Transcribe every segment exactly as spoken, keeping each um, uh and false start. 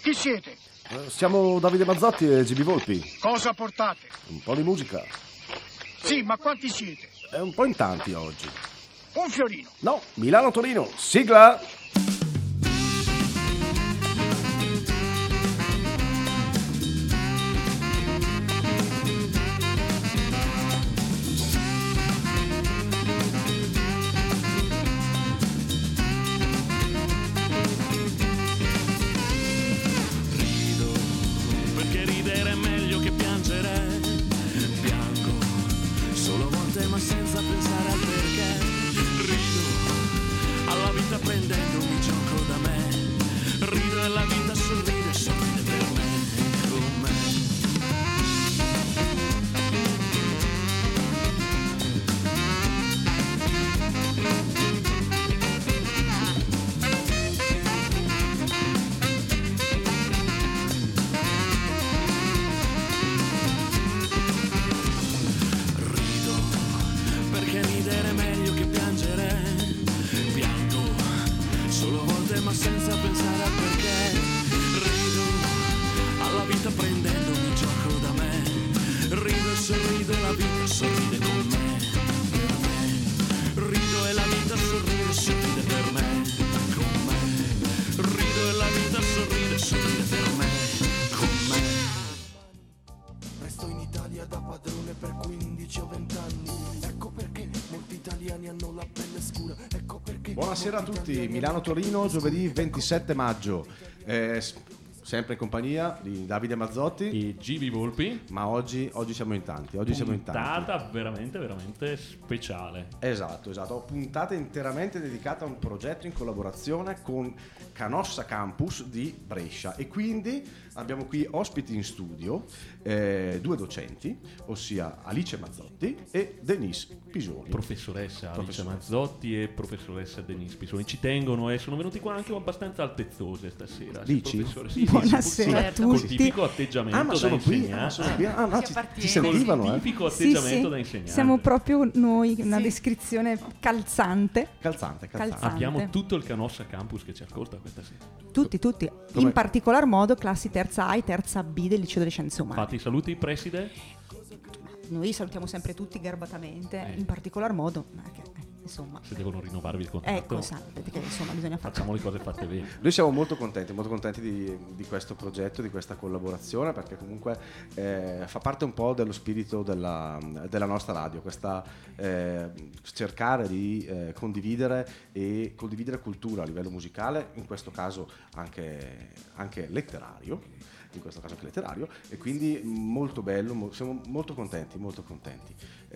Chi siete? Eh, siamo Davide Mazzotti e G B Volpi. Cosa portate? Un po' di musica. Sì, ma quanti siete? È un po' in tanti oggi. Un fiorino. No, Milano-Torino. Sigla! Ma senza pensare al perché rido alla vita prendendomi gioco da me, rido e la vita sorride, sorride per me, con me. Ridere è meglio che piangere, piango solo a volte ma senza pensare al perché, rido alla vita prendendomi gioco da me, rido e sorrido e la vita sorride con me, per me, rido e la vita sorride, sorride per me, con me, rido e la vita sorride, sorride per me, con me. Resto in Italia da padrone per quindici o venti anni, ecco perché molti italiani hanno la pelle scura, ecco perché. Buonasera a tutti, Milano-Torino, giovedì ventisette maggio. Eh, sempre in compagnia di Davide Mazzotti e G B Volpi. Ma oggi, oggi siamo in tanti. Oggi siamo in tanti. Puntata veramente, veramente speciale. Esatto, esatto. Puntata interamente dedicata a un progetto in collaborazione con Canossa Campus di Brescia. E quindi abbiamo qui ospiti in studio eh, due docenti, ossia Alice Mazzotti e Denise Pisoni. Professoressa Alice Professoressa. Mazzotti e professoressa Denise Pisoni. Ci tengono e sono venuti qua anche abbastanza altezzose stasera. Dici? Sì, Buonasera sì, a col tutti. tipico atteggiamento Ah, ma da sono qui? insegnante. Ah, sono qui? Ah, no, Ci ci, appartiene. ci sentivano, Col eh? tipico Sì, atteggiamento sì, da insegnante. siamo proprio noi, una Sì. descrizione calzante. Calzante, calzante. Calzante. Abbiamo tutto il Canossa Campus che ci ascolta questa sera. Tutti, tutti. Come- In particolar modo classi terza A e terza B del liceo delle scienze umane. Fate i saluti, preside. Noi salutiamo sempre tutti garbatamente, Eh. in particolar modo, ma che, eh, insomma, Se devono rinnovarvi il contratto, ecco, sapete che insomma bisogna fare. facciamo le cose fatte bene. Noi siamo molto contenti, molto contenti di, di questo progetto, di questa collaborazione, perché comunque eh, fa parte un po' dello spirito della, della nostra radio, questa eh, cercare di eh, condividere e condividere cultura a livello musicale, in questo caso anche, anche letterario. in questo caso anche letterario, e quindi molto bello, mo- siamo molto contenti, molto contenti.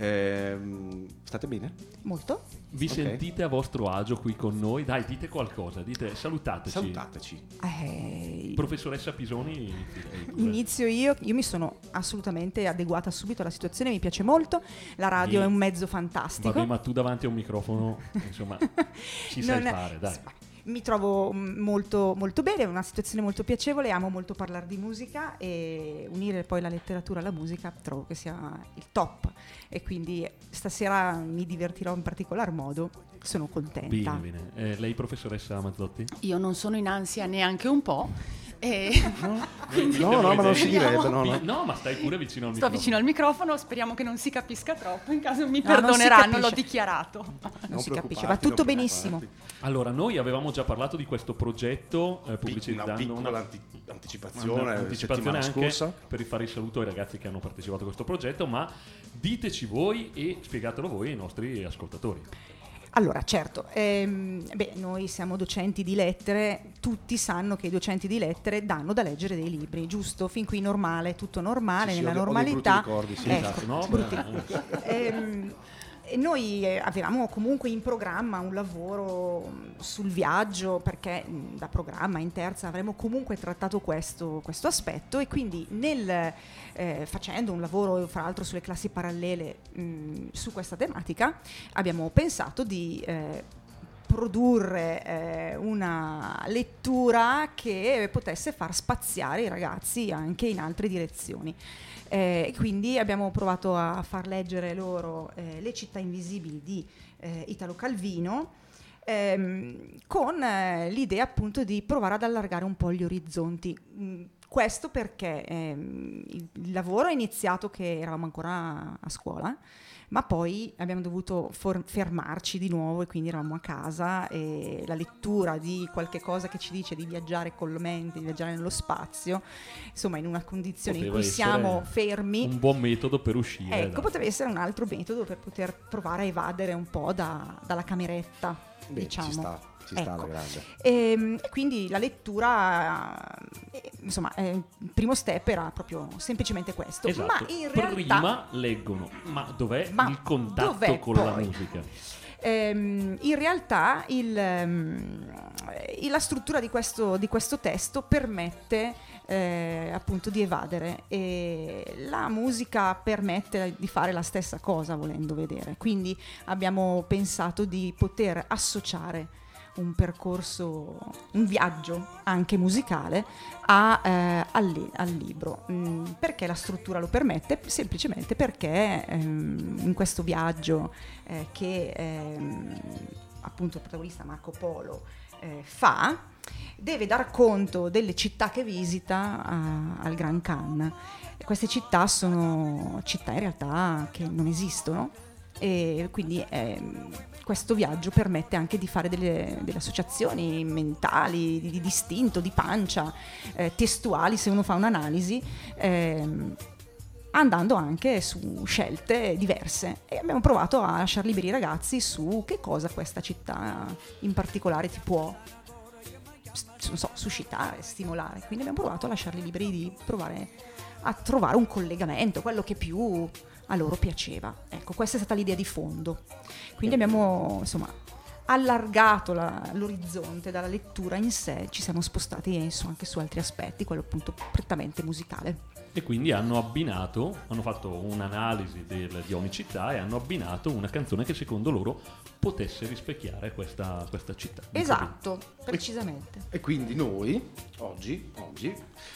Ehm, state bene? Molto. Vi Ok. sentite a vostro agio qui con noi? Dai, dite qualcosa, dite salutateci. Salutateci. Eh, Professoressa Pisoni, direi pure. Inizio io, io mi sono assolutamente adeguata subito alla situazione, mi piace molto, la radio Sì. è un mezzo fantastico. Vabbè, ma tu davanti a un microfono, insomma, ci sai Non è- fare, dai. Mi trovo mm, molto, molto bene, è una situazione molto piacevole, amo molto parlare di musica e unire poi la letteratura alla musica trovo che sia il top, e quindi stasera mi divertirò in particolar modo, sono contenta. Bene, bene. Eh, lei, professoressa Mazzotti? Io non sono in ansia neanche un po'. E No, no, ma non si direbbe, no, no. No, ma stai pure vicino al sto microfono. vicino al microfono, speriamo che non si capisca troppo, in caso mi No, non si perdoneranno, l'ho capisce. dichiarato. Non si capisce, preoccuparti, va tutto non benissimo. preoccuparti. Allora, noi avevamo già parlato di questo progetto, eh, Una pubblicizzando piccola una anti- anticipazione, anticipazione settimana anche scorsa. per fare il saluto ai ragazzi che hanno partecipato a questo progetto, ma diteci voi e spiegatelo voi ai nostri ascoltatori. Allora, certo, ehm, beh, noi siamo docenti di lettere, tutti sanno che i docenti di lettere danno da leggere dei libri, giusto? Fin qui normale, tutto normale, Sì, sì, nella ho dei- ho dei normalità. brutti ricordi, sì, Ecco, esatto, no? brutti- Beh, Ehm, e noi eh, avevamo comunque in programma un lavoro mh, sul viaggio, perché mh, da programma in terza avremmo comunque trattato questo, questo aspetto, e quindi nel, eh, facendo un lavoro fra l'altro sulle classi parallele mh, su questa tematica, abbiamo pensato di eh, produrre eh, una lettura che potesse far spaziare i ragazzi anche in altre direzioni. Eh, e quindi abbiamo provato a far leggere loro eh, Le città invisibili di eh, Italo Calvino, ehm, con eh, l'idea appunto di provare ad allargare un po' gli orizzonti. Mm, questo perché ehm, il, il lavoro è iniziato che eravamo ancora a scuola, ma poi abbiamo dovuto for- fermarci di nuovo e quindi eravamo a casa, e la lettura di qualche cosa che ci dice di viaggiare con la mente, di viaggiare nello spazio, insomma in una condizione Poteva in cui siamo fermi, un buon metodo per uscire. ecco, da- poteva essere un altro metodo per poter provare a evadere un po' da- dalla cameretta, Beh, diciamo. ci sta, ci sta Ecco. alla grande. E, e quindi la lettura, eh, insomma, eh, il primo step era proprio semplicemente questo. Esatto. Ma in realtà, Prima leggono, ma dov'è Ma il contatto dov'è con la poi? musica? ehm, in realtà il, ehm, eh, la struttura di questo, di questo testo permette eh, appunto di evadere, e la musica permette di fare la stessa cosa, volendo vedere. Quindi abbiamo pensato di poter associare un percorso, un viaggio anche musicale a, eh, al, li- al libro. Mm, perché la struttura lo permette? Semplicemente perché ehm, in questo viaggio eh, che ehm, appunto il protagonista Marco Polo eh, fa, deve dar conto delle città che visita a- al Gran Cannes. E queste città sono città in realtà che non esistono, e quindi ehm, questo viaggio permette anche di fare delle, delle associazioni mentali, di, di distinto, di pancia, eh, testuali se uno fa un'analisi, ehm, andando anche su scelte diverse. E abbiamo provato a lasciar liberi i ragazzi su che cosa questa città in particolare ti può, non so, suscitare, stimolare. Quindi abbiamo provato a lasciarli liberi di provare a trovare un collegamento, quello che più a loro piaceva. Ecco, questa è stata l'idea di fondo. Quindi abbiamo, insomma, allargato la- l'orizzonte dalla lettura in sé, ci siamo spostati eh, su- anche su altri aspetti, quello appunto prettamente musicale. E quindi hanno abbinato, hanno fatto un'analisi del- di ogni città e hanno abbinato una canzone che secondo loro potesse rispecchiare questa, questa città. Esatto, precisamente. E quindi noi oggi, oggi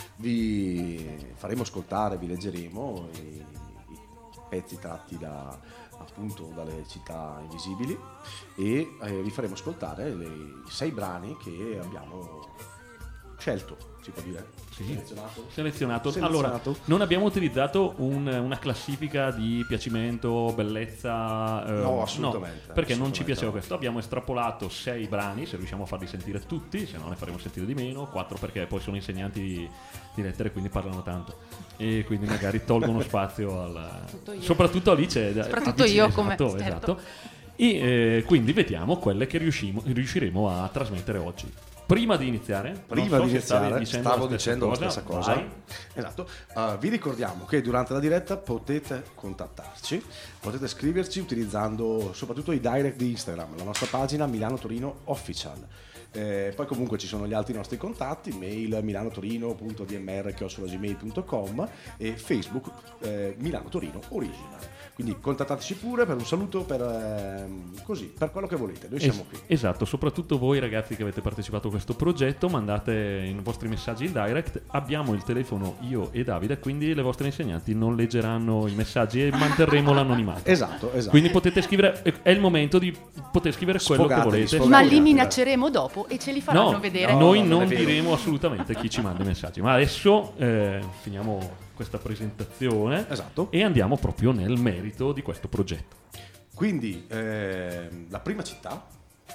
vi faremo ascoltare, vi leggeremo i, i pezzi tratti da, appunto dalle città invisibili, e eh, vi faremo ascoltare le- i sei brani che abbiamo scelto, si può dire? Sì. Selezionato. Selezionato. Selezionato. Allora, non abbiamo utilizzato un- una classifica di piacimento, bellezza. eh, No, assolutamente, perché non ci assolutamente piaceva no. questo. Abbiamo estrapolato sei brani, se riusciamo a farli sentire tutti, se no ne faremo sentire di meno. Quattro perché poi sono insegnanti di, di lettere, quindi parlano tanto. E quindi magari tolgono spazio al. io. Soprattutto Alice. Soprattutto Alice, io, esatto, come- certo. esatto. E eh, quindi vediamo quelle che riuscimo- riusciremo a trasmettere oggi. Prima di iniziare, Prima non di so se stavi iniziare, dicendo stavo la stessa dicendo cosa, la stessa cosa. vai. Esatto. Uh, vi ricordiamo che durante la diretta potete contattarci, potete scriverci utilizzando soprattutto i direct di Instagram, la nostra pagina Milano Torino Official. Eh, poi comunque ci sono gli altri nostri contatti, mail milanotorino punto d m r chiocciola gmail punto com e Facebook eh, Milano Torino Original. Quindi contattateci pure per un saluto, per ehm, così, per quello che volete. Noi siamo Es- qui. Esatto, soprattutto voi ragazzi che avete partecipato a questo progetto, mandate i vostri messaggi in direct. Abbiamo il telefono io e Davide, quindi le vostre insegnanti non leggeranno i messaggi e manterremo l'anonimato. Esatto, esatto. Quindi potete scrivere, è il momento di poter scrivere quello che Sfogatevi, volete. sfogatevi. Ma Magari. li minacceremo dopo e ce li faranno No, vedere. noi no, non non è vero. diremo assolutamente chi ci manda i messaggi. Ma adesso eh, finiamo questa presentazione Esatto. e andiamo proprio nel merito di questo progetto. Quindi ehm, la prima città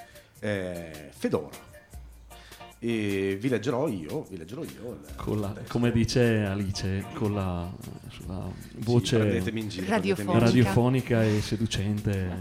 è Fedora. E vi leggerò io, vi leggerò io il- Con la- il testo. come dice Alice, con la, sulla Sì, voce prendetemi in giro, radiofonica. prendetemi in giro. radiofonica e seducente.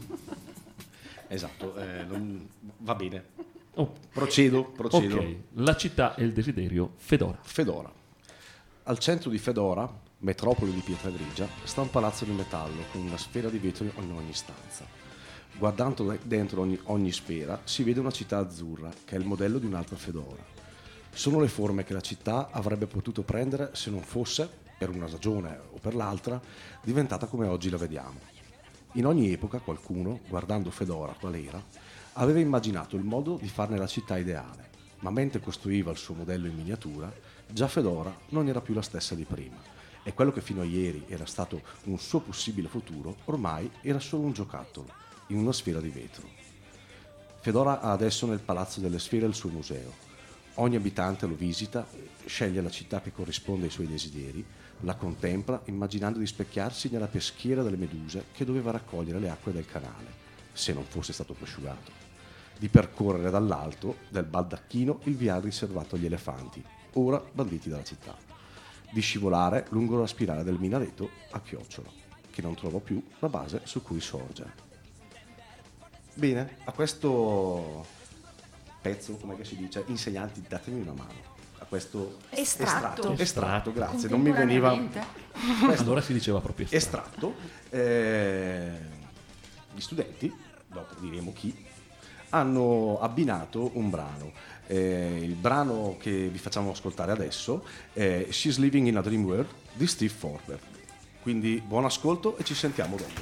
Esatto, eh, non- va bene. Oh, Procedo, procedo. ok, la città e il desiderio, Fedora. Fedora. Al centro di Fedora, metropoli di pietra grigia, sta un palazzo di metallo con una sfera di vetro in ogni stanza. Guardando de- dentro ogni, ogni sfera si vede una città azzurra, che è il modello di un'altra Fedora. Sono le forme che la città avrebbe potuto prendere se non fosse, per una ragione o per l'altra, diventata come oggi la vediamo. In ogni epoca qualcuno, guardando Fedora qual era, aveva immaginato il modo di farne la città ideale, ma mentre costruiva il suo modello in miniatura, già Fedora non era più la stessa di prima, e quello che fino a ieri era stato un suo possibile futuro, ormai era solo un giocattolo, in una sfera di vetro. Fedora ha adesso nel Palazzo delle Sfere il suo museo. Ogni abitante lo visita, sceglie la città che corrisponde ai suoi desideri, la contempla immaginando di specchiarsi nella peschiera delle meduse che doveva raccogliere le acque del canale, se non fosse stato prosciugato, di percorrere dall'alto del baldacchino il viale riservato agli elefanti, ora banditi dalla città, di scivolare lungo la spirale del minareto a chiocciola, che non trova più la base su cui sorge. Bene, a questo pezzo, come si dice, insegnanti, datemi una mano. A questo Estratto. estratto, estratto, grazie, non mi veniva. Questo Allora si diceva proprio estratto. estratto. Eh, gli studenti, dopo diremo chi, hanno abbinato un brano. Eh, il brano che vi facciamo ascoltare adesso è She's Living in a Dream World di Steve Forbert. Quindi buon ascolto e ci sentiamo dopo.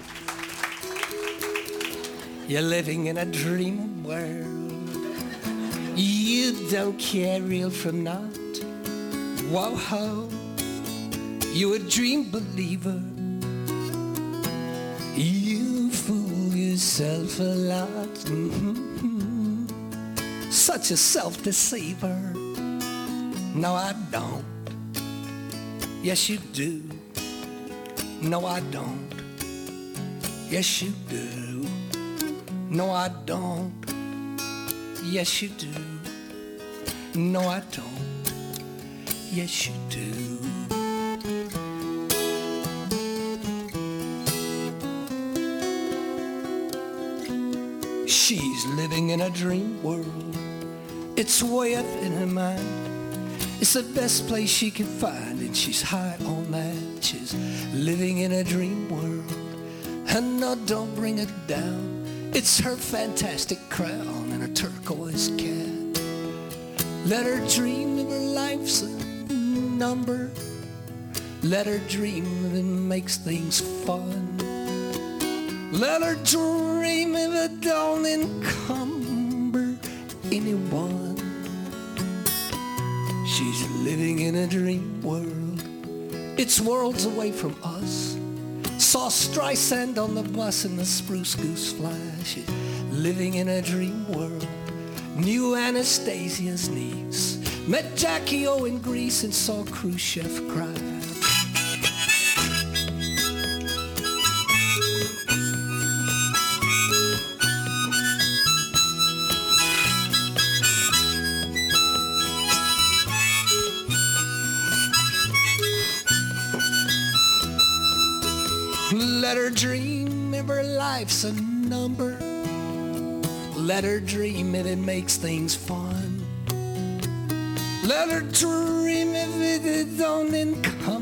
You're living in a dream world. You don't care real from not. Whoa ho, you're a dream believer. You fool yourself a lot. Mm-hmm. Such a self-deceiver. No, I don't. Yes, you do. No, I don't. Yes, you do. No, I don't. Yes, you do. No, I don't. Yes, you do. She's living in a dream world. It's way up in her mind. It's the best place she can find, and she's high on that. She's living in a dream world. And no, don't bring it down. It's her fantastic crown and a turquoise cat. Let her dream of her life's a number. Let her dream if it makes things fun. Let her dream if it don't encumber anyone. She's living in a dream world. It's worlds away from us. Saw Streisand on the bus and the spruce goose fly. She's living in a dream world. Knew Anastasia's niece. Met Jackie O in Greece and saw Khrushchev cry. Let her dream if her life's a number. Let her dream if it makes things fun. Let her dream if it don't encumber